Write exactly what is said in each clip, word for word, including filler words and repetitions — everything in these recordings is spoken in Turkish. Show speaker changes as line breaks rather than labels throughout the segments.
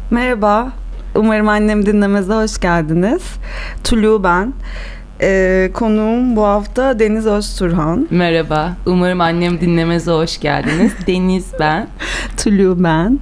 Merhaba, umarım annem dinlemeze hoş geldiniz. Tulu ben. Ee, konuğum bu hafta Deniz Özturhan.
Merhaba, umarım annem dinlemeze hoş geldiniz. Deniz ben.
Tulu ben.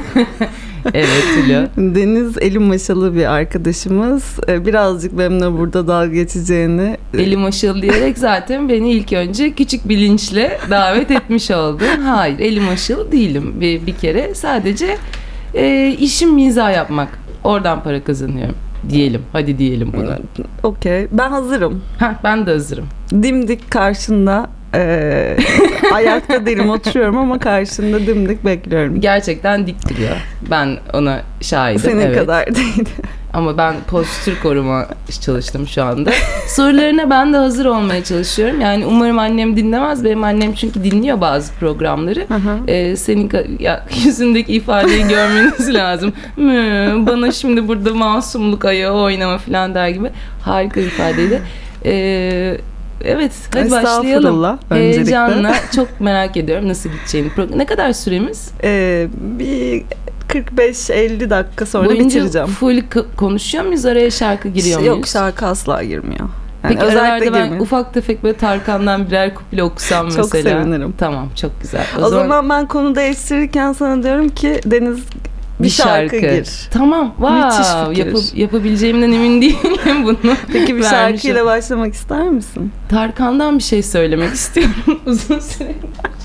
Evet Tulu.
Deniz eli maşalı bir arkadaşımız. Ee, birazcık benimle burada dalga geçeceğini...
Eli maşalı diyerek zaten beni ilk önce küçük bilinçle davet etmiş oldun. Hayır, eli maşalı değilim bir, bir kere. Sadece e, işim mizah yapmak. Oradan para kazanıyorum. Diyelim, hadi diyelim bunu.
Okey, ben hazırım.
Heh, ben de hazırım.
Dimdik karşında, e, ayakta değilim, oturuyorum ama karşında dimdik bekliyorum.
Gerçekten dik duruyor. Ben ona şahidim.
Senin
evet.
kadar değil.
Ama ben postür koruma çalıştım şu anda. Sorularına ben de hazır olmaya çalışıyorum. Yani umarım annem dinlemez. Benim annem çünkü dinliyor bazı programları. Ee, senin ya, yüzündeki ifadeyi görmeniz lazım. Bana şimdi burada masumluk ayağı oynama falan der gibi. Harika ifadeydi. Ee, evet hadi başlayalım. Heyecanla çok merak ediyorum nasıl gideceğini. Ne kadar süremiz?
Ee, bir... kırk beş elli dakika sonra
boyunca
bitireceğim.
Full konuşuyor muyuz? Araya şarkı giriyor muyuz?
Yok, şarkı asla girmiyor.
Yani peki aralarda ben girmiyor. Ufak tefek böyle Tarkan'dan birer kuple okusam
çok
mesela.
Çok sevinirim.
Tamam, çok güzel.
O, o zaman... zaman ben konu değiştirirken sana diyorum ki Deniz bir, bir şarkı, şarkı gir.
Tamam. Wow. Yap, yapabileceğimden emin değilim bunu.
Peki bir şarkıyla başlamak ister misin?
Tarkan'dan bir şey söylemek istiyorum uzun süredir.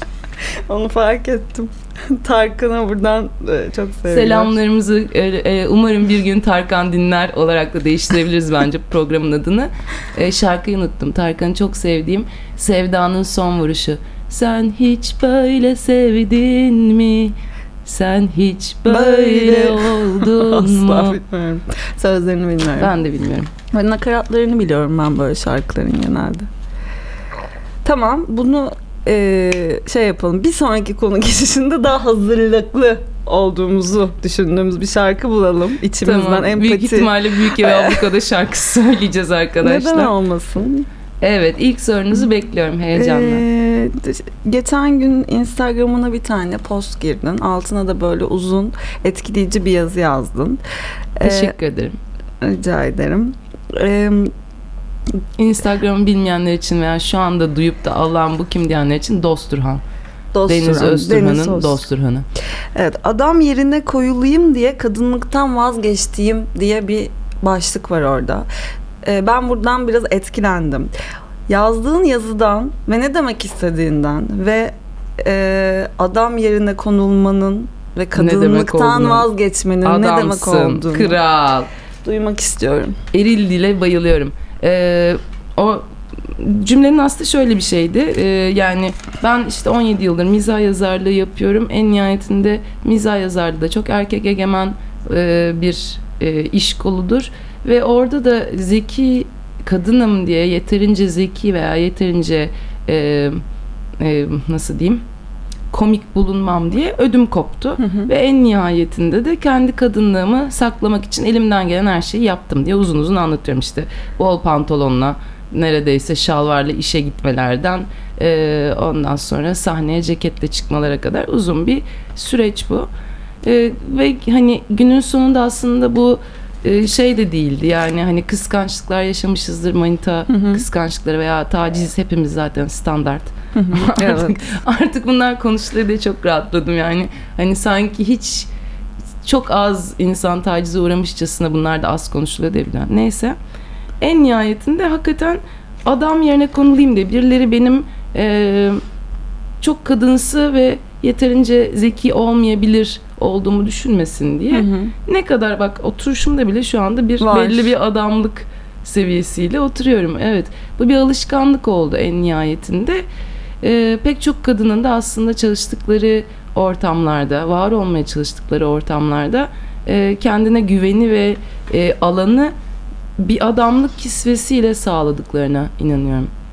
Onu fark ettim. Tarkan'a buradan çok seviyorum.
Selamlarımızı umarım bir gün Tarkan dinler olarak da değiştirebiliriz bence programın adını. Şarkıyı unuttum. Tarkan'ı çok sevdiğim Sevdanın Son Vuruşu. Sen hiç böyle sevdin mi? Sen hiç böyle, böyle oldun mu?
Asla bilmiyorum. Sözlerini bilmiyorum.
Ben de bilmiyorum.
Ben nakaratlarını biliyorum ben böyle şarkıların genelde. Tamam, bunu Ee, şey yapalım. Bir sonraki konu geçişinde daha hazırlıklı olduğumuzu düşündüğümüz bir şarkı bulalım. İçimizden tamam, empati.
Büyük ihtimalle Büyük Ev Abluka'da şarkı söyleyeceğiz arkadaşlar.
Neden olmasın?
Evet, ilk sorunuzu bekliyorum heyecanla. Ee,
geçen gün Instagram'ına bir tane post girdin. Altına da böyle uzun, etkileyici bir yazı yazdın.
Teşekkür ee, ederim.
Rica ederim. Ee,
Instagram'ı bilmeyenler için veya şu anda duyup da Allah'ım bu kim diyenler için Dosturhan. Dosturhan. Deniz Özturhan'ın Dosturhan'ı.
Evet, adam yerine koyulayım diye kadınlıktan vazgeçtiğim diye bir başlık var orada. Ee, ben buradan biraz etkilendim. Yazdığın yazıdan ve ne demek istediğinden ve e, adam yerine konulmanın ve kadınlıktan vazgeçmenin
adamsın,
ne demek olduğunu
kral
duymak istiyorum.
Eril dile bayılıyorum. Ee, o cümlenin aslı şöyle bir şeydi. Ee, yani ben işte on yedi yıldır mizah yazarlığı yapıyorum. En nihayetinde mizah yazarlığı da çok erkek egemen e, bir e, iş koludur. Ve orada da zeki kadınım diye yeterince zeki veya yeterince e, e, nasıl diyeyim komik bulunmam diye ödüm koptu. Hı hı. Ve en nihayetinde de kendi kadınlığımı saklamak için elimden gelen her şeyi yaptım diye uzun uzun anlatıyorum işte. Bol pantolonla neredeyse şalvarla işe gitmelerden e, ondan sonra sahneye ceketle çıkmalara kadar uzun bir süreç bu. E, ve hani günün sonunda aslında bu e, şey de değildi yani hani kıskançlıklar yaşamışızdır, manita hı hı. kıskançlıkları veya taciz hepimiz zaten standart. artık, evet. artık bunlar konuşuluyor diye çok rahatladım yani hani sanki hiç çok az insan tacize uğramışçasına bunlar da az konuşuluyor diye bilen. Neyse en nihayetinde hakikaten adam yerine konulayım diye birileri benim e, çok kadınsı ve yeterince zeki olmayabilir olduğumu düşünmesin diye. Hı hı. Ne kadar bak oturuşumda bile şu anda bir var. Belli bir adamlık seviyesiyle oturuyorum. Evet, bu bir alışkanlık oldu en nihayetinde. Ee, pek çok kadının da aslında çalıştıkları ortamlarda, var olmaya çalıştıkları ortamlarda e, kendine güveni ve e, alanı bir adamlık kisvesiyle sağladıklarına inanıyorum.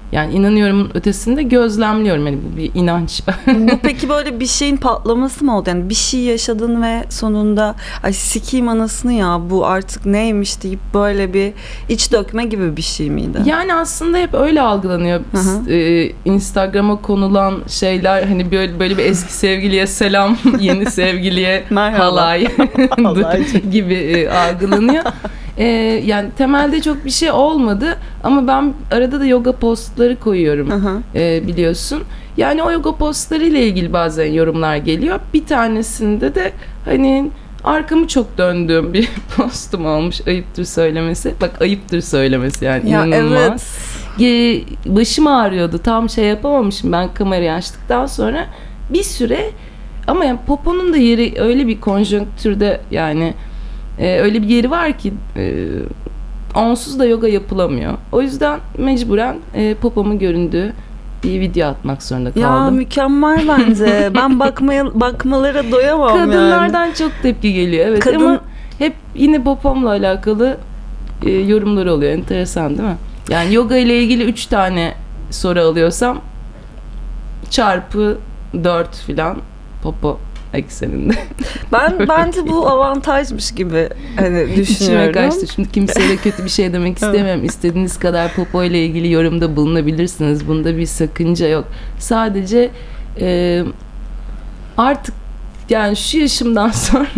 Yani inanıyorumun ötesinde gözlemliyorum. Yani bu bir inanç.
Bu peki böyle bir şeyin patlaması mı oldu? Yani bir şey yaşadın ve sonunda ay sikeyim anasını ya bu artık neymiş deyip böyle bir iç dökme gibi bir şey miydi?
Yani aslında hep öyle algılanıyor. Ee, Instagram'a konulan şeyler hani böyle böyle bir eski sevgiliye selam, yeni sevgiliye halay gibi e, algılanıyor. Ee, yani temelde çok bir şey olmadı ama ben arada da yoga postları koyuyorum e, biliyorsun. Yani o yoga postları ile ilgili bazen yorumlar geliyor. Bir tanesinde de hani arkamı çok döndüğüm bir postum olmuş. Ayıptır söylemesi. Bak ayıptır söylemesi yani
ya
inanılmaz.
Evet.
Başım ağrıyordu. Tam şey yapamamışım ben kamerayı açtıktan sonra bir süre ama yani poponun da yeri öyle bir konjonktürde yani Ee, öyle bir yeri var ki e, onsuz da yoga yapılamıyor. O yüzden mecburen e, popomun göründüğü bir video atmak zorunda kaldım.
Ya mükemmel bence. Ben bakmaya bakmalara doyamam.
Kadınlardan
yani.
çok tepki geliyor. Evet Kadın... ama hep yine popomla alakalı e, yorumlar oluyor. Enteresan değil mi? Yani yoga ile ilgili üç tane soru alıyorsam çarpı dört filan popo ekseninde.
Ben bence bu avantajmış gibi hani düşünüyorum.
İçime kaçtı. Şimdi kimseye de kötü bir şey demek istemem. İstediğiniz kadar popo ile ilgili yorumda bulunabilirsiniz. Bunda bir sakınca yok. Sadece e, artık yani şu yaşımdan sonra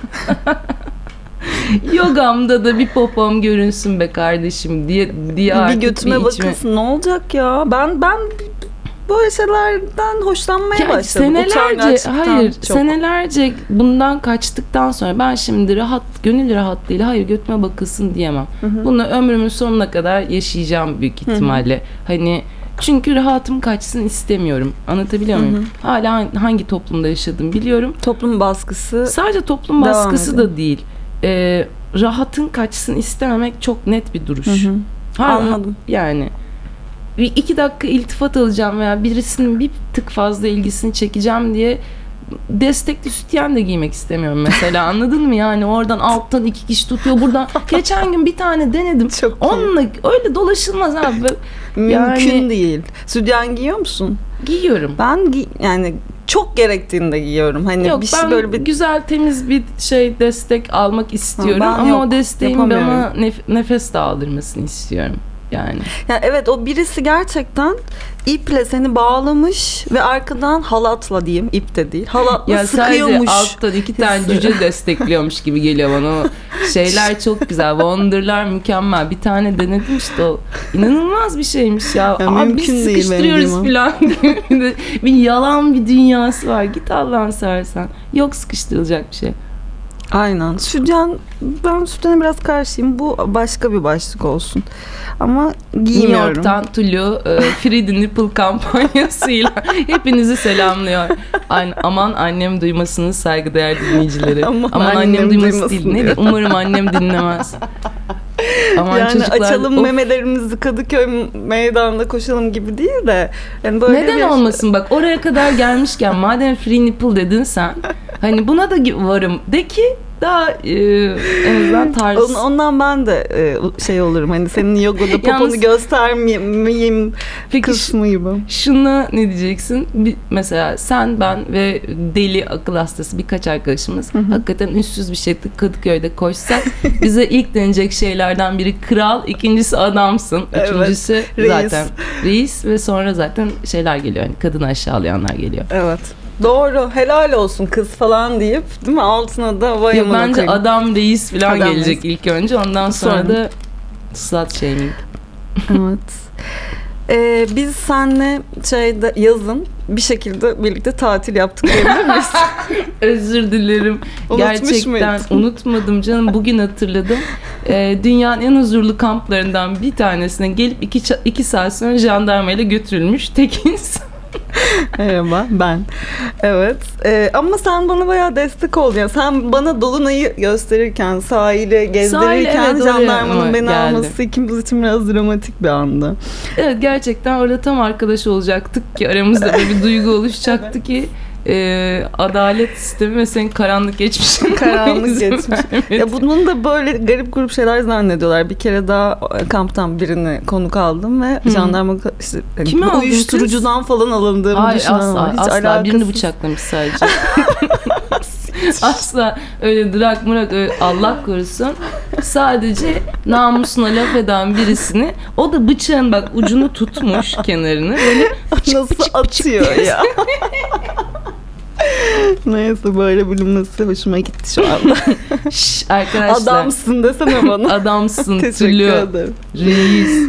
yogamda da bir popom görünsün be kardeşim diye diye artık
bir götüme
bir içime...
bakılsın ne olacak ya? Ben ben böyle şeylerden hoşlanmaya
yani
başladım.
Senelerce, hayır, çok. senelerce bundan kaçtıktan sonra ben şimdi rahat, gönül rahatlığıyla hayır götüme bakılsın diyemem. Hı hı. Bunu ömrümün sonuna kadar yaşayacağım büyük ihtimalle. Hı hı. Hani çünkü rahatım kaçsın istemiyorum. Anlatabiliyor muyum? Hı hı. Hala hangi toplumda yaşadım biliyorum.
Toplum baskısı.
Sadece toplum baskısı ediyor. Da değil. Ee, rahatın kaçsın istememek çok net bir duruş. Hı hı. Hala, anladım. Yani bir iki dakika iltifat alacağım veya birisinin bir tık fazla ilgisini çekeceğim diye destekli sütyen de giymek istemiyorum mesela. Anladın mı? Yani oradan alttan iki kişi tutuyor buradan. Geçen gün bir tane denedim. Çok onunla iyi. Öyle dolaşılmaz abi.
Mümkün yani, değil. Sütyen giyiyor musun?
Giyiyorum.
Ben gi- yani çok gerektiğinde giyiyorum. Hani
yok,
bir şey
ben
böyle bir
güzel temiz bir şey destek almak istiyorum ha, ama yok, o desteğin bana nef- nefes de aldırmasını istiyorum. Yani.
Yani evet o birisi gerçekten iple seni bağlamış ve arkadan halatla diyeyim, ip de değil, halatla
ya
sıkıyormuş.
Sadece alttan iki tane cüce destekliyormuş gibi geliyor bana. O şeyler çok güzel. Wonder'lar mükemmel. Bir tane denedim işte o. İnanılmaz bir şeymiş ya. ya Aa, biz sıkıştırıyoruz falan gibi. Bir yalan bir dünyası var. Git Allah'ını seversen. Yok sıkıştırılacak bir şey.
Aynen. Sütyen, ben sütyene biraz karşıyım. Bu başka bir başlık olsun. Ama giymiyorum.
New York'tan Tulu e, Free the Nipple kampanyasıyla hepinizi selamlıyor. An, aman annem duymasını saygıdeğer dinleyicileri. Aman, aman annem, annem duymasın değil. Ne? Umarım annem dinlemez. Aman
yani çocuklar, açalım of. Memelerimizi Kadıköy meydanında koşalım gibi değil de. Yani böyle
neden bir... olmasın bak oraya kadar gelmişken madem free nipple dedin sen hani buna da varım de ki daha e, en azından tarz.
Ondan ben de e, şey olurum hani senin yogada poponu Yalnız, göstermeyeyim kısmı gibi.
Şuna ne diyeceksin? Bir, mesela sen, ben ve deli akıl hastası birkaç arkadaşımız hı hı. hakikaten üstsüz bir şekilde Kadıköy'de koşsak bize ilk denecek şeylerden biri kral, ikincisi adamsın, üçüncüsü evet, zaten reis. reis ve sonra zaten şeyler geliyor. Yani kadını aşağılayanlar geliyor.
Evet. Doğru. Helal olsun kız falan deyip değil mi? Altına da vay amına
bence koyayım. Adam reis falan adam gelecek reis. İlk önce. Ondan sonra, sonra. da slut shaming.
Evet. Ee, biz seninle şeyde yazın bir şekilde birlikte tatil yaptık diyebilir miyiz?
Özür dilerim. Gerçekten mıydın? Unutmadım canım. Bugün hatırladım. Ee, dünyanın en huzurlu kamplarından bir tanesine gelip iki, iki saat sonra jandarmayla götürülmüş tek insan.
Merhaba ben. Evet. Ee, ama sen bana bayağı destek oldun. Yani sen bana Dolunay'ı gösterirken, sahili gezdirirken Sahil, evet, jandarmanın beni geldi. Alması ikimiz için biraz dramatik bir andı.
Evet gerçekten orada tam arkadaş olacaktık ki aramızda böyle bir duygu oluşacaktı ki e, adalet sistemi ve senin karanlık geçmişin.
Karanlık geçmiş. Ya bunun da böyle garip grup şeyler zannediyorlar. Bir kere daha kamptan birini konuk aldım ve hmm. jandarma işte,
Kime aldın
uyuşturucudan kız? Falan alındığımı
Hayır,
düşünüyorum.
Asla,
Hiç
asla.
alakasız.
Birini bıçaklamış sadece. Asla öyle drak mırak öyle, Allah korusun. Sadece namusuna laf eden birisini, o da bıçağın bak ucunu tutmuş kenarını böyle bıçık,
nasıl
bıçık,
atıyor
bıçık
ya. Neyse, böyle bilinmesi hoşuma gitti şu anda.
Şş, arkadaşlar.
Adamsın desene bana.
Adamsın.
Teşekkür ederim.
Reis.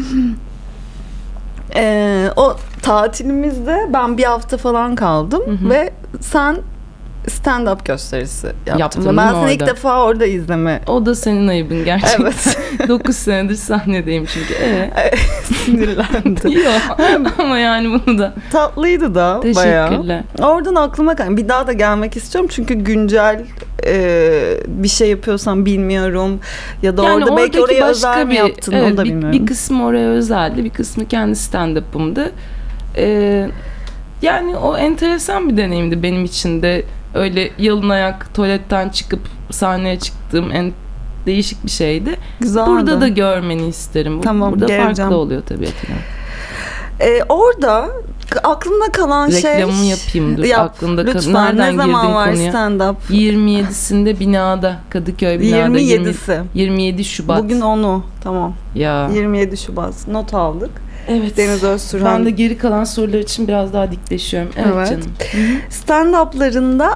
Ee, o tatilimizde ben bir hafta falan kaldım. Hı hı. Ve sen stand-up gösterisi yaptın.
Yaptım,
ben seni
orada.
ilk defa orada izleme.
O da senin ayıbın gerçekten.
Evet.
dokuz senedir sahnedeyim çünkü. Ee?
Sinirlendim.
Yok ama yani bunu da.
Tatlıydı da
teşekkürler.
Bayağı. Oradan aklıma geldi. Bir daha da gelmek istiyorum çünkü güncel e, bir şey yapıyorsam bilmiyorum. Ya da
yani
orada belki oraya özel
bir,
mi yaptın,
evet,
onu da
bir,
bilmiyorum.
Bir kısmı oraya özeldi. Bir kısmı kendi stand-up'ımdı. Ee, yani o enteresan bir deneyimdi benim için de. Öyle yalın ayak tuvaletten çıkıp sahneye çıktığım en değişik bir şeydi.
Güzeldi.
Burada da görmeni isterim.
Tamam,
burada
geleceğim.
farklı oluyor tabii.
Ee, orada aklımda kalan
reklamını
şey...
Reklamını yapayım dur.
Yap,
aklında
lütfen.
Ka- nereden
ne zaman var
konuya?
stand-up?
yirmi yedisinde binada, Kadıköy binada.
yirmi yedisi
yirmi yedi Şubat.
Bugün onu. Tamam.
Ya.
yirmi yedi Şubat. Not aldık.
Evet.
Deniz Özsürhan.
Ben de geri kalan sorular için biraz daha dikleşiyorum. Evet, evet. Canım.
Stand-up'larında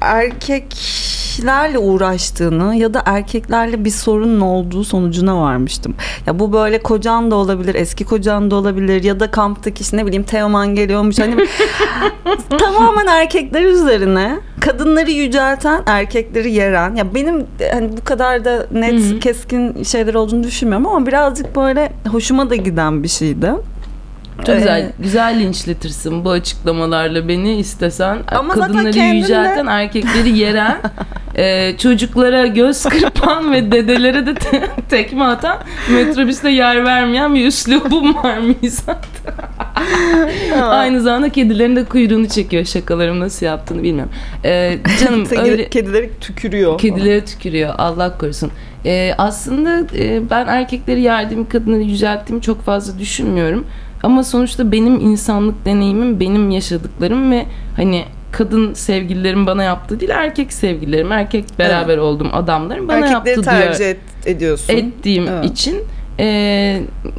erkeklerle uğraştığını ya da erkeklerle bir sorunun olduğu sonucuna varmıştım. Ya bu böyle kocan da olabilir, eski kocan da olabilir ya da kamptaki işte ne bileyim Teoman geliyormuş. Hani tamamen erkekler üzerine kadınları yücelten, erkekleri yeren. Ya benim hani bu kadar da net, Hı-hı. keskin şeyler olduğunu düşünmüyorum ama birazcık böyle hoşuma da giden bir şeydi.
Çok güzel, ee, güzel linçletirsin bu açıklamalarla beni istesen.
Ama
kadınları
kendine...
yücelten, erkekleri yeren, e, çocuklara göz kırpan ve dedelere de te- tekme atan, metrobüste yer vermeyen bir üslubum var Mizat'ta. Aynı zamanda kedilerin de kuyruğunu çekiyor. Şakalarım nasıl yaptığını bilmiyorum. Ee, canım öyle...
Kedileri tükürüyor.
Kedilere tükürüyor. Allah korusun. Ee, aslında e, ben erkekleri yerdiğimi, kadınları yücelttiğimi çok fazla düşünmüyorum. Ama sonuçta benim insanlık deneyimim, benim yaşadıklarım ve hani kadın sevgililerim bana yaptığı değil, erkek sevgililerim, erkek beraber evet. olduğum adamların bana
erkekleri
yaptığı diyor.
Erkekleri tercih et, ediyorsun.
Ettiğim evet. için e,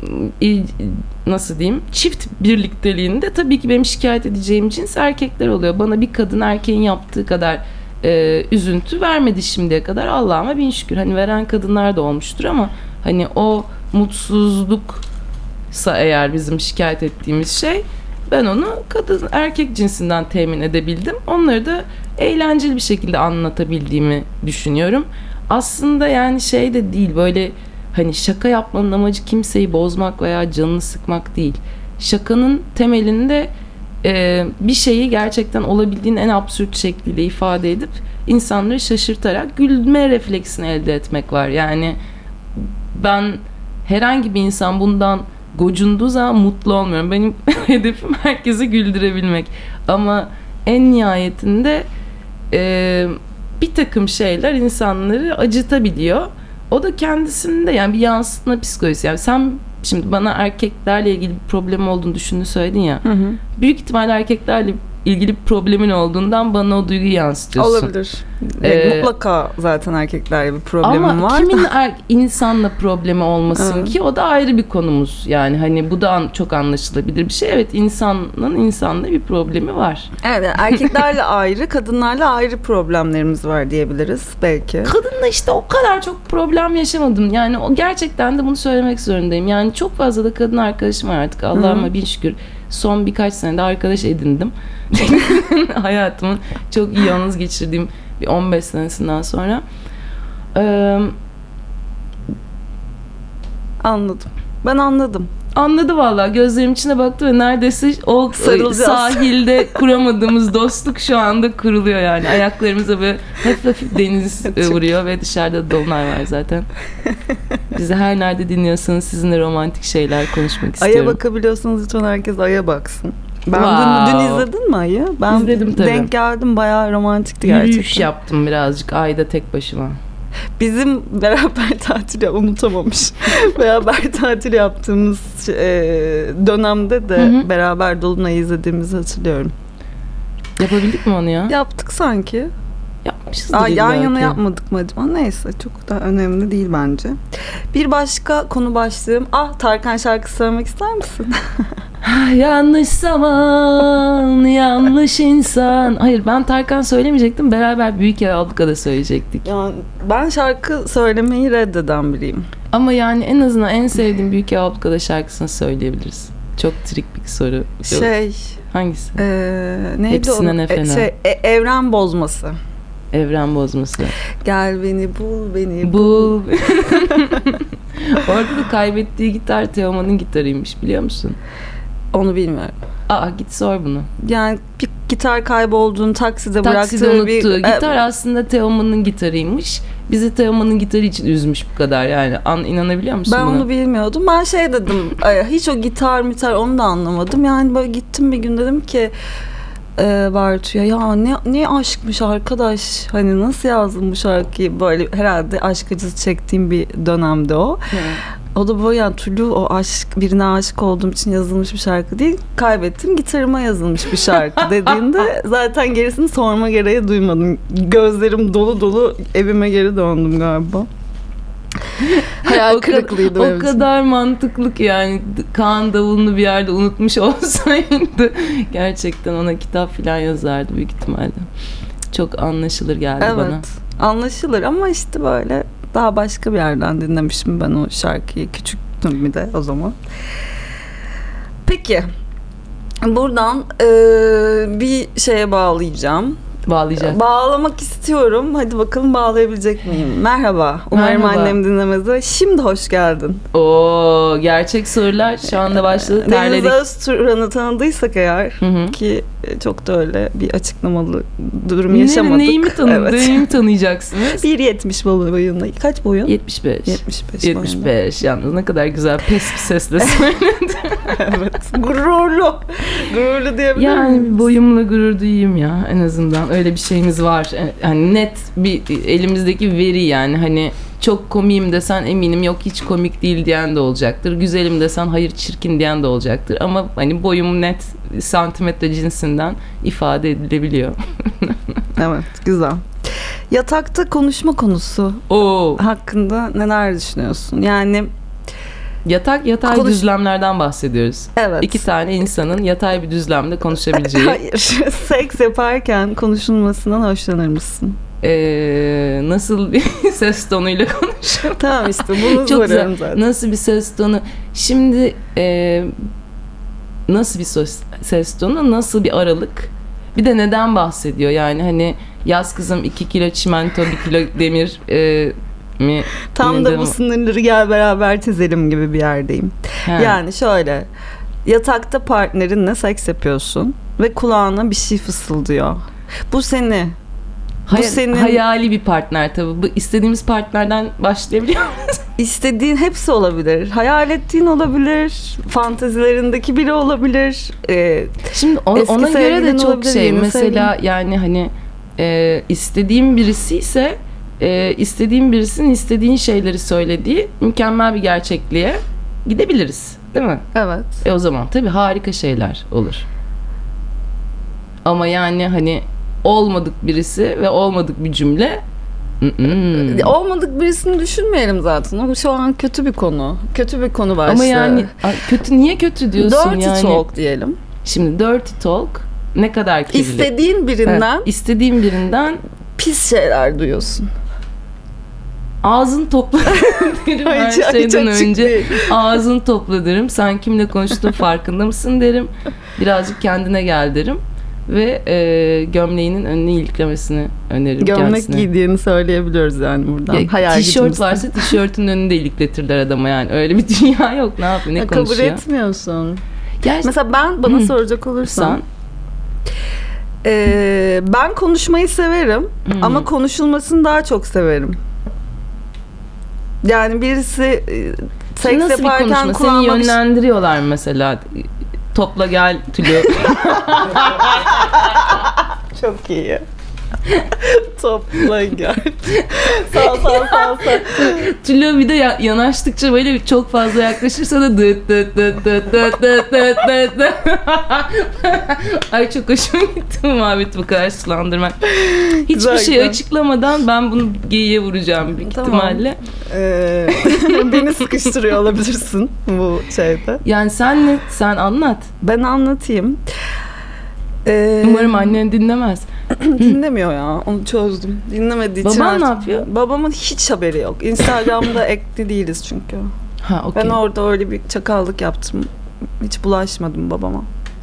nasıl diyeyim, çift birlikteliğinde tabii ki benim şikayet edeceğim cins erkekler oluyor. Bana bir kadın erkeğin yaptığı kadar e, üzüntü vermedi şimdiye kadar, Allah'ıma bin şükür. Hani veren kadınlar da olmuştur ama hani o mutsuzluk eğer bizim şikayet ettiğimiz şey, ben onu kadın erkek cinsinden temin edebildim. Onları da eğlenceli bir şekilde anlatabildiğimi düşünüyorum. Aslında yani şey de değil, böyle hani şaka yapmanın amacı kimseyi bozmak veya canını sıkmak değil. Şakanın temelinde e, bir şeyi gerçekten olabildiğin en absürt şekliyle ifade edip insanları şaşırtarak gülme refleksini elde etmek var. Yani ben herhangi bir insan bundan gocunduğu zaman mutlu olmuyorum. Benim hedefim herkesi güldürebilmek. Ama en nihayetinde e, bir takım şeyler insanları acıtabiliyor. O da kendisinde yani bir yansıtma psikolojisi. Yani sen şimdi bana erkeklerle ilgili bir problem olduğunu düşündüğünü söyledin ya. Hı hı. Büyük ihtimalle erkeklerle ilgili bir problemin olduğundan bana o duyguyu yansıtıyorsun.
Olabilir. Ee, Mutlaka zaten erkeklerle bir problemim
ama
var.
Ama kimin er, insanla problemi olmasın evet. ki, o da ayrı bir konumuz. Yani hani bu da çok anlaşılabilir bir şey. Evet, insanın insanla bir problemi var.
Evet, erkeklerle ayrı, kadınlarla ayrı problemlerimiz var diyebiliriz belki.
Kadınla işte o kadar çok problem yaşamadım. Yani o gerçekten de bunu söylemek zorundayım. Yani çok fazla da kadın arkadaşım var artık. Allah'ıma bin şükür. Son birkaç senede arkadaş edindim. Hayatımın çok iyi yalnız geçirdiğim bir on beş senesinden sonra. Ee,
anladım. Ben anladım.
Anladı vallahi. Gözlerim içine baktı ve neredeyse o sahilde kuramadığımız dostluk şu anda kuruluyor yani. Ayaklarımıza böyle hafif hafif deniz vuruyor ve dışarıda dolunay var zaten. Bizi her nerede dinliyorsanız sizinle romantik şeyler konuşmak istiyorum.
Aya bakabiliyorsanız lütfen herkes aya baksın. Ben
Wow.
dün, dün izledin mi Ay'ı? Ben
İzledim tabii.
denk geldim, bayağı romantikti gerçekten.
Yürüyüş yaptım birazcık ayda tek başıma.
Bizim beraber tatil ya- unutamamış. beraber tatil yaptığımız e, dönemde de
Hı hı.
beraber Dolunay'ı izlediğimizi hatırlıyorum.
Yapabildik mi onu ya?
Yaptık sanki.
Yapmışızdır
Aa, yan
illaki.
yana yapmadık mı acaba? Neyse, çok da önemli değil bence. Bir başka konu başlığım. Ah, Tarkan şarkısı söylemek ister misin?
Yanlış zaman, yanlış insan. Hayır, ben Tarkan söylemeyecektim. Beraber Büyük Ev Abluka'da söyleyecektik.
Yani ben şarkı söylemeyi reddeden biriyim.
Ama yani en azından en sevdiğim Büyük Ev Abluka'da şarkısını söyleyebiliriz. Çok trik bir soru.
Şey,
Hangisi?
e, neydi
Hepsinden
onun? E,
efendim.
şey, e, evren bozması.
Evren bozması.
Gel beni bul, beni bul.
Bul. Orada da kaybettiği gitar Teoman'ın gitarıymış, biliyor musun?
Onu bilmiyorum.
Aa, git sor bunu.
Yani bir gitar kaybolduğunu takside,
Takside
bıraktığı
unuttuğu
bir...
gitar
E,
aslında Teoman'ın gitarıymış. Bizi Teoman'ın gitarı için üzmüş bu kadar yani. An, inanabiliyor musun
ben
buna?
onu bilmiyordum. Ben şey dedim, e, hiç o gitar mitar onu da anlamadım. Yani böyle gittim bir gün, dedim ki e, Bartu'ya, ya ne, ne aşkmış arkadaş. Hani nasıl yazdım bu şarkıyı? Böyle herhalde aşk acısı çektiğim bir dönemde o.
Hı.
O da böyle, yani Tulu, o aşk, birine aşık olduğum için yazılmış bir şarkı değil. Kaybettim, gitarıma yazılmış bir şarkı dediğinde zaten gerisini sorma gereği duymadım. Gözlerim dolu dolu evime geri döndüm galiba. Hayal
O ka-
kırıklığıydı
O
benim için.
kadar mantıklı ki yani Kaan davulunu bir yerde unutmuş olsaydı gerçekten ona kitap falan yazardı büyük ihtimalle. Çok anlaşılır geldi
Evet,
bana.
anlaşılır ama işte böyle daha başka bir yerden dinlemişim ben o şarkıyı. Küçüktüm bir de o zaman. Peki, buradan e, bir şeye bağlayacağım.
Bağlayacak.
Bağlamak istiyorum. Hadi bakalım bağlayabilecek miyim? Merhaba. Umarım
Merhaba.
annem dinlemedi. Şimdi hoş geldin.
Oo, gerçek sorular şu anda başladı.
Deniz
Terledik.
Özturan'ı tanıdıysak eğer,
Hı hı.
ki çok da öyle bir açıklamalı durum
Ne,
yaşamadık.
neyi mi tanı-
Evet.
neyi mi tanıyacaksınız?
bir yetmiş boyunda. Kaç boyun?
yetmiş beş.
yetmiş beş
yetmiş
boyunda.
beş. Yalnız ne kadar güzel pes bir sesle söyledi.
Evet. Gururlu. Gururlu diyebilir
Yani
miyim?
bir boyumla gurur duyayım ya, en azından öyle bir şeyimiz var. Yani net bir elimizdeki veri, yani hani çok komiyim desen eminim yok hiç komik değil diyen de olacaktır. Güzelim desen hayır çirkin diyen de olacaktır. Ama hani boyum net santimetre cinsinden ifade edilebiliyor.
Evet, güzel. Yatakta konuşma konusu
Oo.
hakkında neler düşünüyorsun? Yani
Yatak yatay
Konuş-
düzlemlerden bahsediyoruz.
evet.
İki tane insanın yatay bir düzlemde konuşabileceği.
Hayır. Seks yaparken konuşulmasından hoşlanır mısın?
Ee, nasıl bir ses tonuyla konuşuyor?
Tamam, işte bunu
Çok
soruyorum
güzel.
zaten.
Nasıl bir ses tonu? Şimdi e, nasıl bir ses, ses tonu? Nasıl bir aralık? Bir de neden bahsediyor? Yani hani yaz kızım iki kilo çimento bir kilo demir e, mi?
Tam
Neden
da bu
o-
sınırları gel beraber çizelim gibi bir yerdeyim.
He.
Yani şöyle, yatakta partnerinle seks yapıyorsun ve kulağına bir şey fısıldıyor. Bu seni
Hay-
senin-
hayali bir partner tabii. Bu istediğimiz partnerden başlayabiliyor muyuz?
istediğin hepsi olabilir. Hayal ettiğin olabilir. Fantezilerindeki biri olabilir. Ee,
Şimdi o-
Eski
ona göre de
sevgilin
çok
olabilir,
şey.
yeni
Mesela yani hani e, istediğim birisi ise e, istediğim birisinin istediğin şeyleri söylediği mükemmel bir gerçekliğe gidebiliriz. Değil mi?
evet.
E o zaman tabii harika şeyler olur. Ama yani hani olmadık birisi ve olmadık bir cümle. Mm-mm.
Olmadık birisini düşünmeyelim zaten. O şu an kötü bir konu. Kötü bir konu başlığı.
Ama yani ay, kötü niye kötü diyorsun
Dirty
yani?
talk diyelim.
Şimdi dirty talk ne kadar kirli.
İstediğin birinden
Evet, istediğim birinden
pis şeyler duyuyorsun.
ağzını topla derim her
Hiç- hiç
şeyden
açık
önce.
değil.
Ağzını topla derim. Sen kimle konuştuğun farkında mısın derim. Birazcık kendine gel derim. Ve e, gömleğinin önüne iliklemesini öneririm
Gömlek
kendisine.
giydiğini söyleyebiliyoruz yani buradan.
Ya,
Hayal
tişört
gücümüzden.
varsa tişörtün önünde ilikletirler adama yani. Öyle bir dünya yok. Ne yapıyor? Ne
Ya, kabul
konuşuyor?
etmiyorsun.
Gerçi
Mesela ben bana
Hı.
soracak olursan
sen
e, ben konuşmayı severim
Hı.
ama konuşulmasını daha çok severim. Yani birisi e, seks
nasıl bir
yaparken
konuşma? Seni
kulağıma bir şey-
yönlendiriyorlar mesela. Topla gel Tülü.
Çok iyi. Topla gel. Sağ sağ sağ sağ.
Tülü bir de ya- yanaştıkça böyle çok fazla yaklaşırsa da dıt dıt dıt dıt dıt dıt dıt dıt dıt. Ay çok hoşuma gitti bu muhabbeti bu kadar sulandırmak. Hiçbir
Güzel,
şey
güzel.
açıklamadan ben bunu geyiğe vuracağım büyük
Tamam.
ihtimalle.
Ee, beni sıkıştırıyor olabilirsin bu şeyde.
Yani sen ne? Sen anlat.
Ben anlatayım. Ee,
Umarım annen dinlemez.
dinlemiyor ya. Onu çözdüm. Dinlemediği için
Baban
artık-
ne yapıyor?
Babamın hiç haberi yok. Instagram'da ekli değiliz çünkü.
Ha okey.
Ben orada öyle bir çakallık yaptım. Hiç bulaşmadım babama.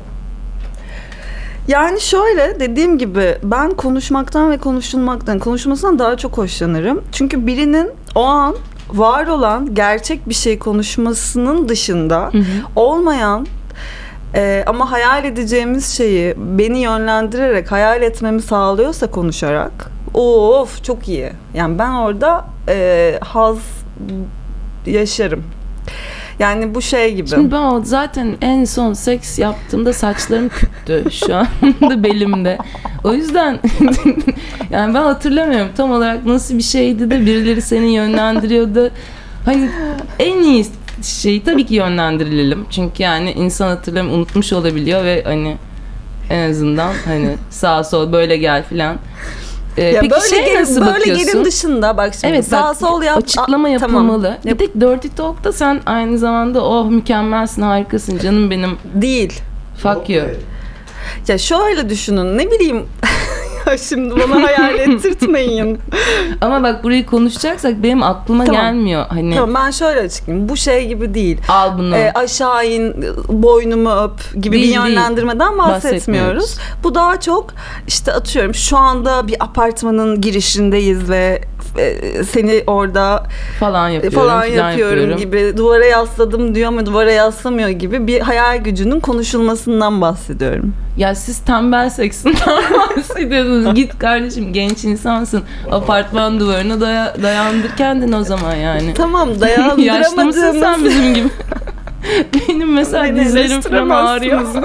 Yani şöyle dediğim gibi ben konuşmaktan ve konuşulmaktan, konuşmasından daha çok hoşlanırım. Çünkü birinin o an var olan gerçek bir şey konuşmasının dışında
Hı hı.
olmayan e, ama hayal edeceğimiz şeyi beni yönlendirerek hayal etmemi sağlıyorsa konuşarak, of çok iyi. Yani ben orada e, haz yaşarım. Yani bu şey gibi.
Şimdi ben o zaten en son seks yaptığımda saçlarım küttü şu anda belimde. O yüzden yani ben hatırlamıyorum tam olarak nasıl bir şeydi de birileri seni yönlendiriyordu. Hani en iyi şey tabii ki yönlendirilelim. Çünkü yani insan hatırlamıyor, unutmuş olabiliyor ve hani en azından hani sağa sol böyle gel filan. Ee,
Ya
peki
böyle
şey
gelin,
nasıl
böyle
bakıyorsun?
gelin dışında bak şimdi
Evet,
sağ
bak,
sol yap.
açıklama
Aa,
yapılmalı.
Tamam.
Bir tek Dirty Talk'ta sen aynı zamanda oh mükemmelsin, harikasın canım benim.
Değil.
Fuck you.
Ya şöyle düşünün, ne bileyim. Ya şimdi bana hayal ettirtmeyin.
Ama bak burayı konuşacaksak benim aklıma
Tamam.
gelmiyor. Hani
Tamam, ben şöyle açıklayayım. Bu şey gibi değil.
al bunu.
Ee, aşağı in, boynumu öp gibi
Değil,
bir yönlendirmeden bahsetmiyoruz.
Bahsetmiyoruz.
Bu daha çok işte atıyorum şu anda bir apartmanın girişindeyiz ve e, seni orada
falan yapıyorum.
falan
filan
yapıyorum, gibi, duvara yasladım diyor ama duvara yaslamıyor gibi bir hayal gücünün konuşulmasından bahsediyorum.
Ya siz tembel seksinden bahsediyorsunuz. Git kardeşim, genç insansın. Apartman duvarına daya, dayandır kendini o zaman yani.
Tamam,
Yaşlı mısın sen
dayandıramadığımız
bizim gibi? Benim mesela
Beni
dizlerim falan ağrıyor.
eleştiremezsiniz.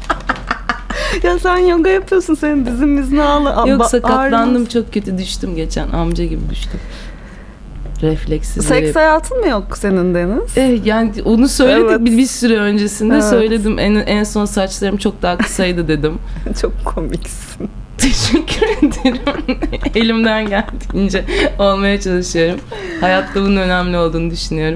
Ya sen yoga yapıyorsun, senin dizin ne ağlı?
Yok,
Ba-
sakatlandım,
ağrımaz.
çok kötü düştüm geçen. Amca gibi düştüm. Refleksiz.
Seks hayatın mı yok senin Deniz?
Eh, yani onu söyledik
Evet.
bir, bir süre öncesinde
Evet.
söyledim. En, en son saçlarım çok daha kısaydı dedim.
Çok komiksin.
Teşekkür ederim. Elimden geldiğince olmaya çalışıyorum. Hayatta bunun önemli olduğunu düşünüyorum.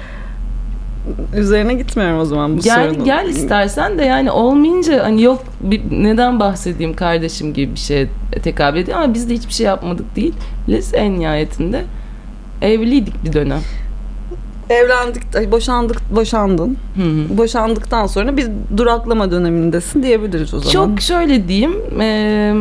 Üzerine gitmiyorum o zaman bu
Yani
sorunun.
gel istersen de yani olmayınca hani yok bir, neden bahsedeyim kardeşim gibi bir şeye tekabül ediyor ama biz de hiçbir şey yapmadık değil. Biz en nihayetinde evliydik bir dönem.
Evlendik, ay, boşandık, boşandın.
Hı hı.
Boşandıktan sonra bir duraklama dönemindesin diyebiliriz o zaman.
Çok şöyle diyeyim, e,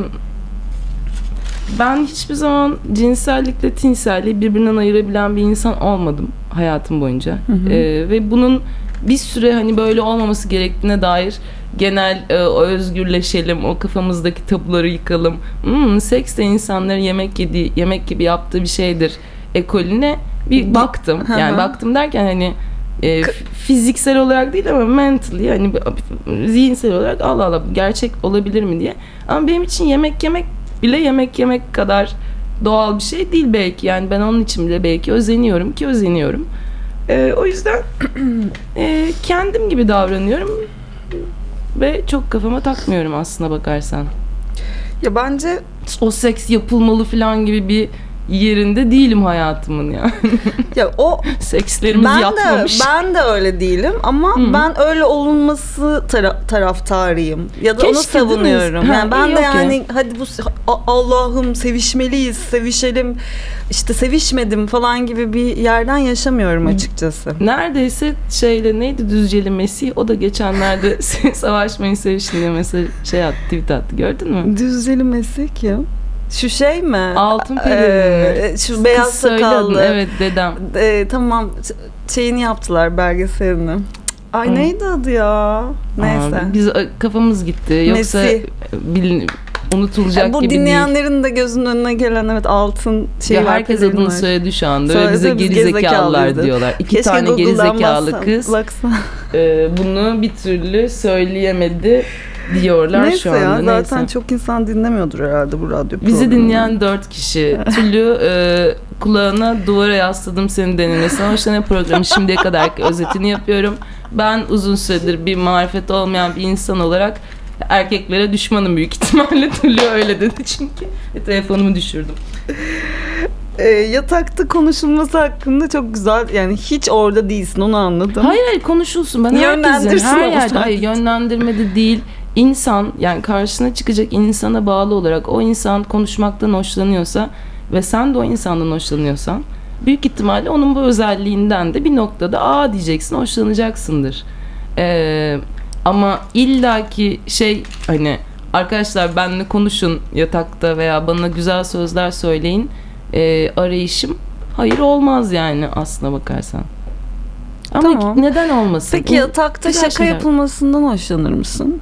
ben hiçbir zaman cinsellikle tinselliği birbirinden ayırabilen bir insan olmadım hayatım boyunca.
Hı hı.
E, ve bunun bir süre hani böyle olmaması gerektiğine dair genel e, o özgürleşelim, o kafamızdaki tabuları yıkalım. Hmm, seks de insanların yemek yediği, yemek gibi yaptığı bir şeydir ekolüne bir baktım.
Hı hı.
Yani baktım derken hani e, f- fiziksel olarak değil ama mentally hani b- zihinsel olarak Allah Allah bu gerçek olabilir mi diye. Ama benim için yemek yemek bile yemek yemek kadar doğal bir şey değil belki. Yani ben onun için bile belki özeniyorum ki özeniyorum. E, o yüzden e, kendim gibi davranıyorum ve çok kafama takmıyorum aslına bakarsan.
Ya bence
O seks yapılmalı falan gibi bir yerinde değilim hayatımın ya.
ya o
Sekslerimiz
ben
yatmamış.
de ben de öyle değilim ama
Hı.
ben öyle olunması tara- taraftarıyım ya da
Keşke,
onu savunuyorum.
değil mi?
Yani
Ha,
ben
iyi,
de
okey.
yani hadi bu A- Allah'ım sevişmeliyiz, sevişelim. İşte sevişmedim falan gibi bir yerden yaşamıyorum açıkçası.
Neredeyse şeyle neydi Düzceli Mesih o da geçenlerde savaşmayın sevişin diye mesela şey attı, tweet attı, gördün mü?
Düzceli Mesih kim? Şu şey mi?
Altın
Ee,
pelerinli.
şu beyaz
Kız söyledi
sakallı.
adını, evet dedem.
Ee, tamam ç- şeyini yaptılar, belgeselini. Ay
Hı.
neydi adı ya? Neyse.
Aa, biz kafamız gitti. Yoksa
Mesih.
bilin, unutulacak
Yani bu
gibi değil.
dinleyenlerin de gözünün önüne gelen evet altın şey
Ya
var.
herkes
pelerin
adını
var.
söyledi şu anda ve
Söyledi,
bize
biz
gerizekalılar
gerizekalıyız.
diyorlar. İki
Keşke
tane
Google'dan
gerizekalı
baksan-
kız
baksan.
e, bunu bir türlü söyleyemedi diyorlar
Neyse
şu anda.
ya zaten
Neyse.
çok insan dinlemiyordur herhalde bu radyo
Bizi
programını.
dinleyen dört kişi. Tülü e, kulağına duvara yasladım senin denilmesine. Hoşlanan programı şimdiye kadar özetini yapıyorum. Ben uzun süredir bir marifet olmayan bir insan olarak erkeklere düşmanım büyük ihtimalle. Tülü öyle dedi çünkü. E, telefonumu düşürdüm.
E, yatakta konuşulması hakkında çok güzel yani hiç orada değilsin onu anladım.
Hayır hayır konuşulsun. Ben herkesin
Yönlendirsin
her
ama
yerde
sadece.
hayır yönlendirmede değil. İnsan yani karşına çıkacak insana bağlı olarak o insan konuşmaktan hoşlanıyorsa ve sen de o insandan hoşlanıyorsan büyük ihtimalle onun bu özelliğinden de bir noktada aa diyeceksin, hoşlanacaksındır. Ee, ama illaki şey hani arkadaşlar benimle konuşun yatakta veya bana güzel sözler söyleyin e, arayışım hayır olmaz yani aslına bakarsan. Ama
Tamam.
neden olmasın?
Peki yatakta
Güzel
şaka
şeyler.
yapılmasından hoşlanır mısın?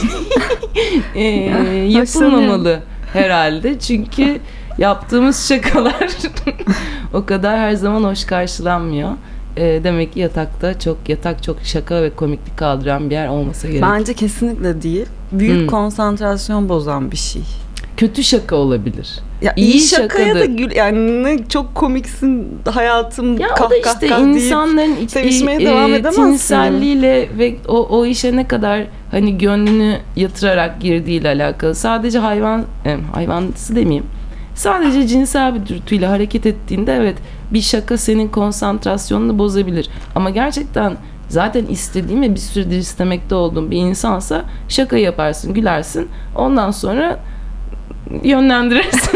Ee,
Yani
yapılmamalı herhalde çünkü yaptığımız şakalar o kadar her zaman hoş karşılanmıyor. Ee, demek ki yatakta çok yatak çok şaka ve komiklik kaldıran bir yer olmasa gerek.
Bence kesinlikle değil. Büyük
Hmm.
konsantrasyon bozan bir şey.
Kötü şaka olabilir.
Ya
İyi
iyi, şakaya
şakadır.
da gül yani ne çok komiksin hayatım
Ya
kah
o da
kah
işte
kah deyip
insanların iç-
sevişmeye
e,
devam edemezsin.
tinselliğiyle ve o, o işe ne kadar hani gönlünü yatırarak girdiğiyle alakalı. Sadece hayvan e, hayvansı demeyeyim. Sadece cinsel bir dürtüyle hareket ettiğinde evet bir şaka senin konsantrasyonunu bozabilir. Ama gerçekten zaten istediğin ve bir süredir istemekte olduğun bir insansa şaka yaparsın, gülersin. Ondan sonra yönlendirirsin.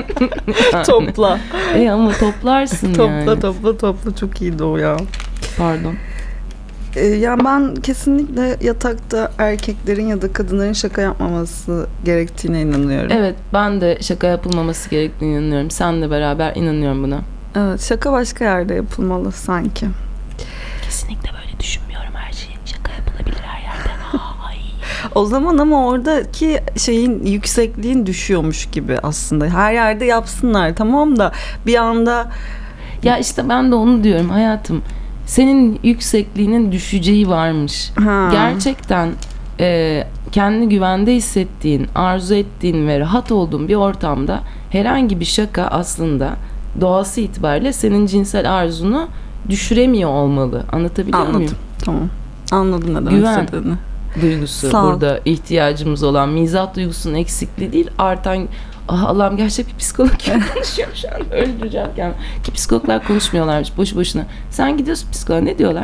Topla.
E ama toplarsın
Topla
yani.
topla topla çok iyiydi o ya.
Pardon.
Ee, yani ben kesinlikle yatakta erkeklerin ya da kadınların şaka yapmaması gerektiğine inanıyorum.
Evet ben de şaka yapılmaması gerektiğine inanıyorum. Senle beraber inanıyorum buna.
Evet, şaka başka yerde yapılmalı sanki.
Kesinlikle böyle düşünmüyorum her şey. Şaka yapılabilir her yerde. Ay.
O zaman ama oradaki şeyin yüksekliğin düşüyormuş gibi aslında. Her yerde yapsınlar tamam da bir anda
Ya işte ben de onu diyorum hayatım. Senin yüksekliğinin düşeceği varmış.
Ha.
Gerçekten e, kendini güvende hissettiğin, arzu ettiğin ve rahat olduğun bir ortamda herhangi bir şaka aslında doğası itibariyle senin cinsel arzunu düşüremiyor olmalı. Anlatabiliyor
Anladım.
muyum?
Tamam. Anladım neden
Güven.
istediğini.
Duygusu
Sağ ol.
burada ihtiyacımız olan mizah duygusunun eksikliği değil artan ah Allah'ım gerçek bir psikolog gibi konuşuyorum şu an öldüreceğim yani. Ki psikologlar konuşmuyorlarmış boşu boşuna. Sen gidiyorsun psikoloğa ne diyorlar?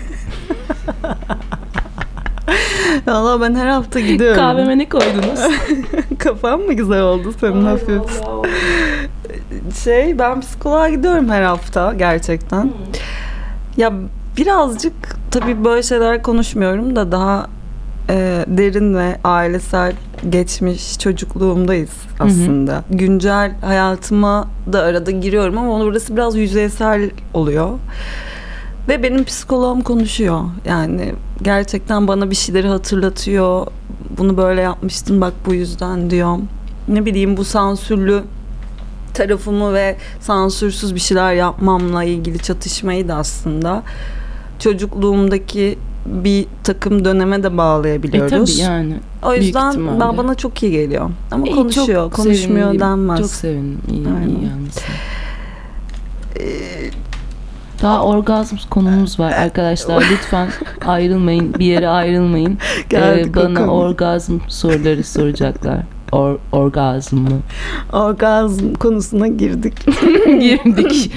Valla ben her hafta gidiyorum.
Kahveme ne koydunuz?
Kafam mı güzel oldu senin hafif? Şey ben psikoloğa gidiyorum her hafta gerçekten.
Hmm.
Ya birazcık tabii böyle şeyler konuşmuyorum da daha e, derin ve ailesel geçmiş çocukluğumdayız aslında. Hı hı. Güncel hayatıma da arada giriyorum ama orası biraz yüzeysel oluyor. Ve benim psikoloğum konuşuyor. Yani gerçekten bana bir şeyleri hatırlatıyor. Bunu böyle yapmıştın bak bu yüzden diyor. Ne bileyim bu sansürlü tarafımı ve sansürsüz bir şeyler yapmamla ilgili çatışmayı da aslında çocukluğumdaki bir takım döneme de bağlayabiliyoruz.
E tabii yani.
O yüzden
ihtimalle.
ben bana çok iyi geliyor. Ama
İyi,
konuşuyor,
çok
konuşmuyor
sevindim.
denmez.
Çok sevindim. İyi,
Aynen.
iyi gelmişsin. Daha orgazm konumuz var arkadaşlar. Lütfen ayrılmayın. Bir yere ayrılmayın.
Geldik
Ee,
o
bana
konuya.
orgazm soruları soracaklar. Or, orgazm mı?
Orgazm konusuna girdik.
Girdik.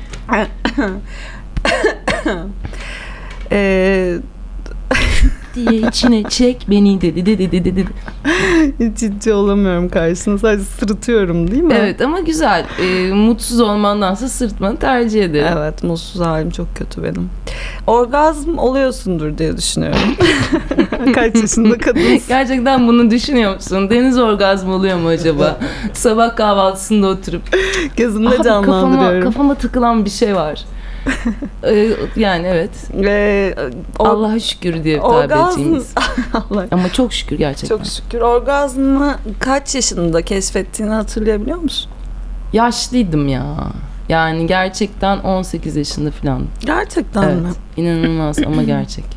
Eee
diye içine çek beni dedi dedi dedi dedi.
Hiç ciddi olamıyorum karşısına. Sadece sırıtıyorum değil mi?
Evet ama güzel. Ee, mutsuz olmandansa sırtmanı tercih ederim.
Evet, mutsuz halim çok kötü benim. Orgazm oluyorsundur diye düşünüyorum. Kaç yaşında kadınsın?
Gerçekten bunu düşünüyor musun? Deniz orgazmı oluyor mu acaba? Sabah kahvaltısında oturup
Gözümde
Abi kafama,
canlandırıyorum.
kafama takılan bir şey var. Ee, yani evet.
Ve o-
Allah'a şükür diye tabir
orgazm
diyebileceğimiz.
Allah.
Ama çok şükür gerçekten.
Çok şükür. Orgazmı kaç yaşında keşfettiğini hatırlayabiliyor musun?
Yaşlıydım ya. Yani gerçekten on sekiz yaşında falan.
Gerçekten
Evet.
mi?
İnanılmaz ama gerçek.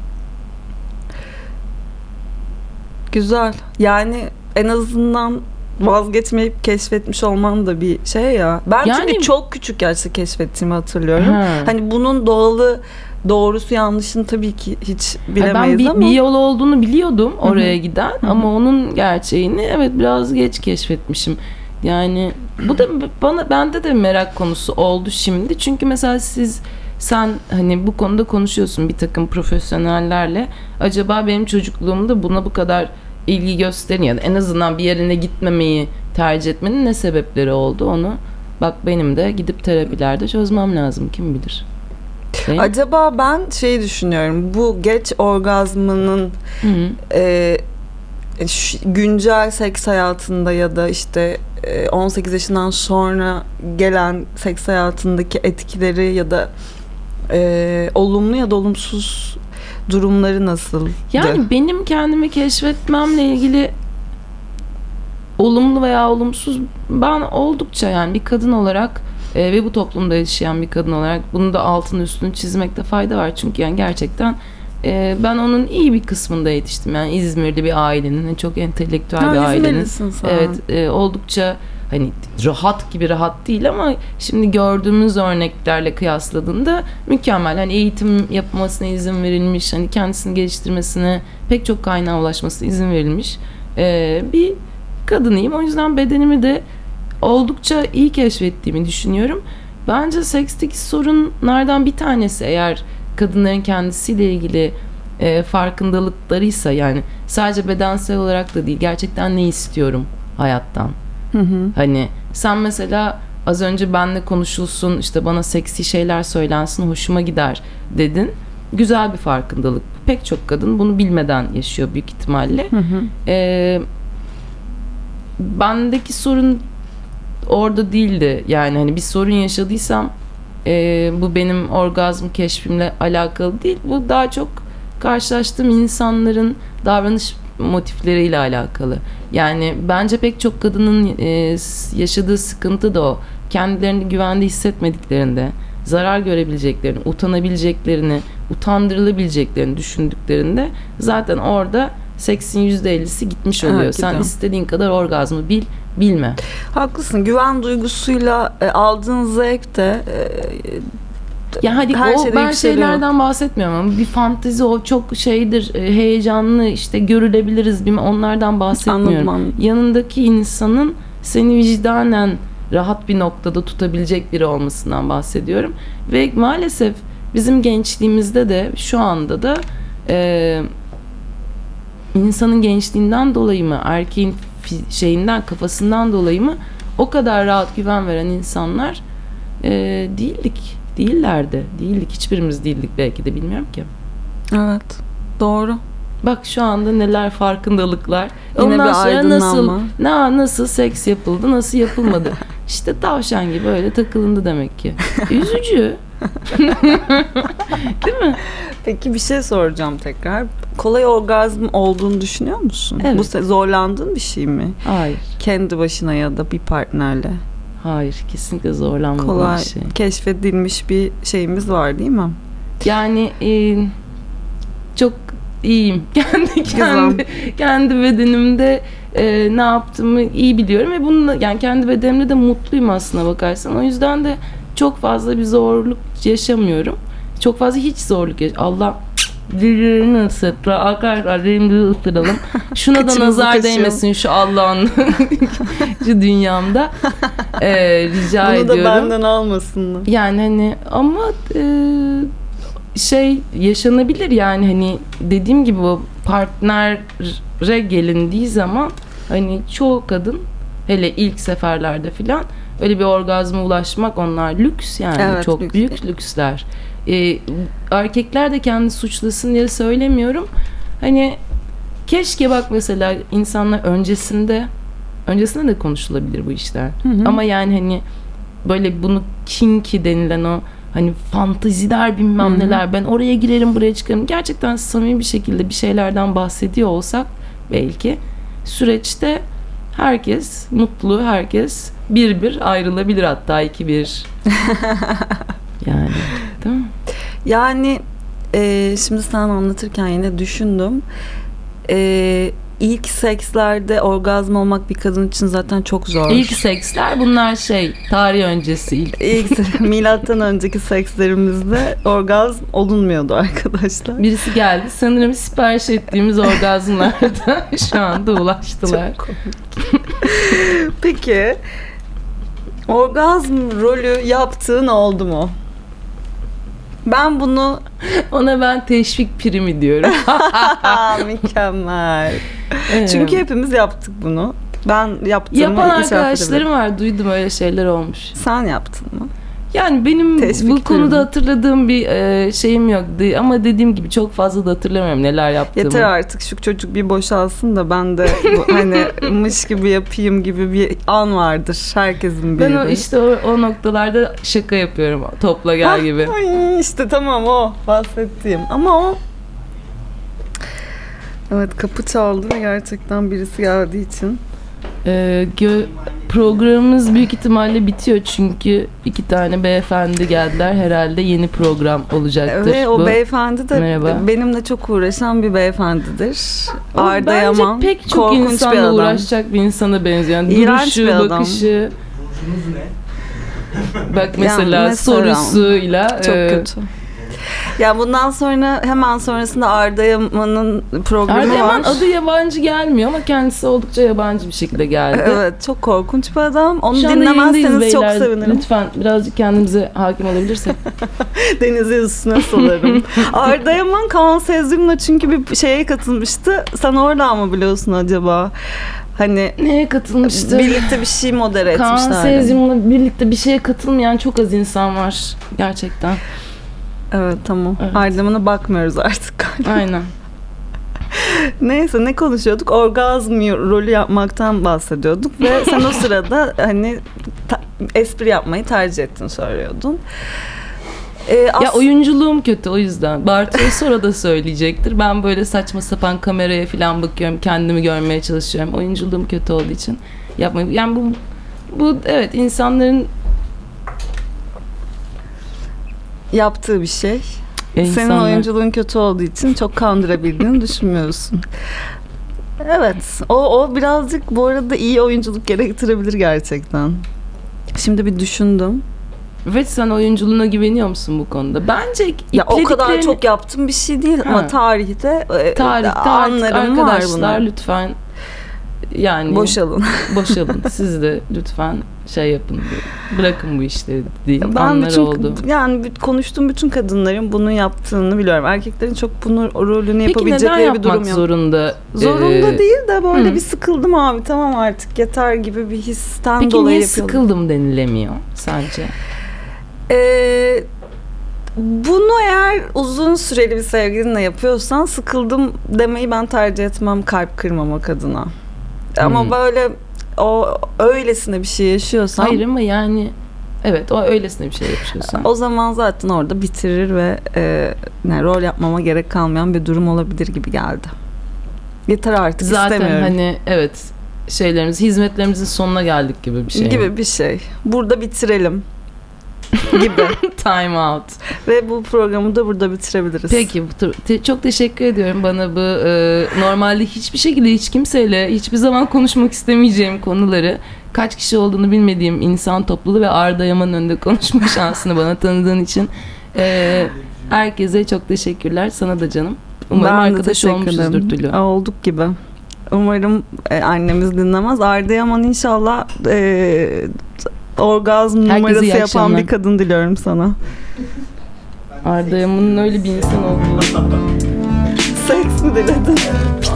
Güzel. Yani en azından vazgeçmeyip keşfetmiş olman da bir şey ya. Ben
Yani-
çünkü çok küçük yaşta keşfettiğimi hatırlıyorum.
Ha.
Hani bunun doğalı, doğrusu yanlışını tabii ki hiç
Ay,
bilemeyiz
ben bir,
ama.
bir yol olduğunu biliyordum oraya giden
hı.
ama onun gerçeğini evet biraz geç keşfetmişim. Yani bu da bana bende de merak konusu oldu şimdi. Çünkü mesela siz sen hani bu konuda konuşuyorsun bir takım profesyonellerle. Acaba benim çocukluğumda buna bu kadar ilgi gösterin ya da en azından bir yerine gitmemeyi tercih etmenin ne sebepleri oldu onu bak benim de gidip terapilerde çözmem lazım kim bilir. Değil mi?
Acaba ben şey düşünüyorum. Bu geç orgazmının
Hı hı.
e, ş- güncel seks hayatında ya da işte e, on sekiz yaşından sonra gelen seks hayatındaki etkileri ya da e, olumlu ya da olumsuz durumları nasıl?
Yani benim kendimi keşfetmemle ilgili olumlu veya olumsuz ben oldukça yani bir kadın olarak e, ve bu toplumda yaşayan bir kadın olarak bunu da altını üstünü çizmekte fayda var. Çünkü yani gerçekten e, ben onun iyi bir kısmında yetiştim. Yani İzmirli bir ailenin, çok entelektüel
Ha,
bir ailenin.
İzmirlisin sen.
Evet, e, oldukça hani rahat gibi rahat değil ama şimdi gördüğümüz örneklerle kıyasladığında mükemmel. Hani eğitim yapmasına izin verilmiş, hani kendisini geliştirmesine, pek çok kaynağa ulaşmasına izin verilmiş e, bir kadınıyım. O yüzden bedenimi de oldukça iyi keşfettiğimi düşünüyorum. Bence seksteki sorunlardan bir tanesi eğer kadınların kendisiyle ilgili e, farkındalıklarıysa yani sadece bedensel olarak da değil gerçekten ne istiyorum hayattan.
Hı hı.
Hani sen mesela az önce benle konuşulsun işte bana seksi şeyler söylensin hoşuma gider dedin. Güzel bir farkındalık. Pek çok kadın bunu bilmeden yaşıyor büyük ihtimalle.
Hı hı.
Ee, bendeki sorun orada değildi. Yani hani bir sorun yaşadıysam e, bu benim orgazm keşfimle alakalı değil. Bu daha çok karşılaştığım insanların davranış motifleriyle alakalı. Yani bence pek çok kadının e, yaşadığı sıkıntı da o. Kendilerini güvende hissetmediklerinde, zarar görebileceklerini, utanabileceklerini, utandırılabileceklerini düşündüklerinde zaten orada seksin yüzde ellisi gitmiş oluyor.
Evet,
Sen
gidiyor.
istediğin kadar orgazmı bil, bilme.
Haklısın. Güven duygusuyla e, aldığın zevk de e,
Ya hadi
her
o
şeyde
ben
yükseliyor.
şeylerden bahsetmiyorum ama bir fantezi o çok şeydir, e, heyecanlı işte görülebiliriz bilmem onlardan bahsetmiyorum.
Anladım, anladım.
Yanındaki insanın seni vicdanen rahat bir noktada tutabilecek biri olmasından bahsediyorum. Ve maalesef bizim gençliğimizde de şu anda da e, insanın gençliğinden dolayı mı erkeğin fi- şeyinden kafasından dolayı mı o kadar rahat güven veren insanlar e, değildik. Değillerdi. Değildik. Hiçbirimiz değildik belki de bilmiyorum ki.
Evet. Doğru.
Bak şu anda neler farkındalıklar.
Yine
Ondan
bir
sonra nasıl
aydınlanma.
na nasıl seks yapıldı, nasıl yapılmadı. İşte tavşan gibi öyle takılındı demek ki. Üzücü. Değil mi?
Peki bir şey soracağım tekrar. Kolay orgazm olduğunu düşünüyor musun?
Evet.
Bu se- zorlandığın bir şey mi?
Hayır.
Kendi başına ya da bir partnerle.
Hayır. Kesinlikle zorlanmadığım
Kolay
bir şey.
keşfedilmiş bir şeyimiz var değil mi?
Yani e, çok iyiyim. Kendi kendi kendi bedenimde e, ne yaptığımı iyi biliyorum ve bununla yani kendi bedenimde de mutluyum aslına bakarsan. O yüzden de çok fazla bir zorluk yaşamıyorum. Çok fazla hiç zorluk yaş- Allah dillerini ısıtır. Arkadaşlar dilimizi ısıralım. Şuna da
Kıçımızı
nazar
kaşıyalım.
değmesin şu Allah'ın şu dünyamda. E, rica
Bunu
ediyorum.
da benden almasınlar.
Yani hani ama e, şey yaşanabilir yani hani dediğim gibi o partnere gelindiği zaman hani çoğu kadın hele ilk seferlerde filan öyle bir orgazma ulaşmak onlar lüks yani
Evet,
çok
lüks.
büyük lüksler. E, erkekler de kendi suçlasın diye söylemiyorum. Hani keşke bak mesela insanlar öncesinde öncesinde de konuşulabilir bu işler.
Hı hı.
Ama yani hani böyle bunu kinky denilen o hani fantaziler bilmem
Hı-hı.
neler, ben oraya girerim buraya çıkarım. Gerçekten samimi bir şekilde bir şeylerden bahsediyor olsak belki süreçte herkes mutlu, herkes bir bir ayrılabilir, hatta iki bir. Yani değil mi?
Yani e, şimdi sen anlatırken yine düşündüm. E, ilk sekslerde orgazm olmak bir kadın için zaten çok zor.
İlk seksler bunlar şey, tarih öncesi ilk.
İlk milattan önceki sekslerimizde orgazm olunmuyordu arkadaşlar.
Birisi geldi. Sanırım sipariş ettiğimiz orgazmlarda şu anda ulaştılar.
Çok komik. Peki orgazm rolü yaptığın oldu mu? Ben bunu
Ona ben teşvik primi diyorum.
mükemmel.
Evet.
Çünkü hepimiz yaptık bunu. Ben yaptığımı
Yapan
itiraf
arkadaşlarım
edebilirim.
var. Duydum, öyle şeyler olmuş.
Sen yaptın mı?
Yani benim
Teşvik
bu konuda
primi.
hatırladığım bir e, şeyim yok. De- Ama dediğim gibi çok fazla da hatırlamıyorum neler yaptığımı.
Yeter artık şu çocuk bir boşalsın da ben de bu, hani mış gibi yapayım gibi bir an vardır herkesin
Ben o
bildiği.
işte o, o noktalarda şaka yapıyorum. Topla gel
Ha,
gibi.
Ay işte tamam o bahsettiğim. Ama o evet, kapı çaldı ve gerçekten birisi geldiği için.
Ee, gö- programımız büyük ihtimalle bitiyor çünkü iki tane beyefendi geldiler. Herhalde yeni program olacaktır.
Ve o
bu.
beyefendi de
Merhaba.
benimle çok uğraşan bir beyefendidir.
O
Arda
bence
Yaman.
pek çok
korkunç bir
insanla
adam.
uğraşacak bir insana benziyor. Yani
İğrenç
duruşu,
bir adam.
bakışı. Bak mesela
Yani mesela-
sorusuyla.
Çok
e,
kötü. Ya bundan sonra hemen sonrasında Arda Yaman'ın programı
Arda
var.
Yaman adı yabancı gelmiyor ama kendisi oldukça yabancı bir şekilde geldi.
Evet, çok korkunç bir adam. Onu
Şu anda
dinlemezseniz
yayındayız
çok
beyler.
sevinirim.
Lütfen birazcık kendimize hakim olabilirsek.
Denizi üstüne salarım. Arda Yaman Kaan Sezgim'le çünkü bir şeye katılmıştı. Sen oradan mı biliyorsun acaba? Hani
Neye katılmıştı?
birlikte bir şey modere
Kaan
etmişlerdi.
Sezgim'le birlikte bir şeye katılmayan çok az insan var. Gerçekten.
Evet, tamam.
Evet.
Arda Yaman'a bakmıyoruz artık.
Aynen.
Neyse, ne konuşuyorduk? Orgazm rolü yapmaktan bahsediyorduk ve sen o sırada hani ta- espri yapmayı tercih ettin söylüyordun. Ee,
Ya
as-
oyunculuğum kötü, o yüzden. Bartu'ya sonra da söyleyecektir. Ben böyle saçma sapan kameraya falan bakıyorum. Kendimi görmeye çalışıyorum. Oyunculuğum kötü olduğu için yapmayı. Yani bu bu evet, insanların
yaptığı bir şey.
ya
Senin
insanlar-
oyunculuğun kötü olduğu için çok kandırabildiğini düşünmüyorsun. Evet. O, o birazcık bu arada iyi oyunculuk gerektirebilir gerçekten. Şimdi bir düşündüm.
Ve sen oyunculuğuna güveniyor musun bu konuda? Bence
Ya o kadar
iplediklerini-
çok yaptığım bir şey değil
Ha.
ama tarihte e,
tarihte artık
anlarım var
arkadaşlar
bunun.
lütfen yani
Boşalın.
boşalın. Siz de lütfen şey yapın. Bırakın bu işleri deyin.
Ben
Anlar
bütün,
oldu.
yani bir- konuştuğum bütün kadınların bunu yaptığını biliyorum. Erkeklerin çok bunu rolünü
Peki neden
yapabilecekleri bir durum
yapmak
yok.
zorunda?
Zorunda
Ee,
değil de böyle
hı.
bir sıkıldım abi, tamam artık yeter gibi bir histen
Peki
dolayı
niye
yapıyorum.
sıkıldım denilemiyor sence?
Ee, bunu eğer uzun süreli bir sevgilinle yapıyorsan sıkıldım demeyi ben tercih etmem, kalp kırmamak adına. Ama
Hmm.
böyle o öylesine bir şey yaşıyorsan
Hayır ama yani evet, o öylesine bir şey yapıyorsan.
o zaman zaten orada bitirir ve e, ne, rol yapmama gerek kalmayan bir durum olabilir gibi geldi. Yeter artık,
Zaten
istemiyorum.
hani evet, şeylerimiz, hizmetlerimizin sonuna geldik gibi bir şey.
Gibi bir şey. Burada bitirelim gibi.
Time out.
Ve bu programı da burada bitirebiliriz.
Peki bu- te- çok teşekkür ediyorum bana bu e, normalde hiçbir şekilde hiç kimseyle hiçbir zaman konuşmak istemeyeceğim konuları, kaç kişi olduğunu bilmediğim insan topluluğu ve Arda Yaman'ın önünde konuşma şansını bana tanıdığın için e, herkese çok teşekkürler. Sana da canım. Umarım
Ben de
arkadaş
teşekkür
olmuşuzdur
ederim.
Tülü.
Olduk gibi. Umarım e, annemiz dinlemez. Arda Yaman inşallah e, orgazm
Herkese
numarası
iyi
yapan
akşamlar.
bir kadın diliyorum sana.
Arda Yaman'ın öyle bir insan olduğunu.
Seks mi diledin?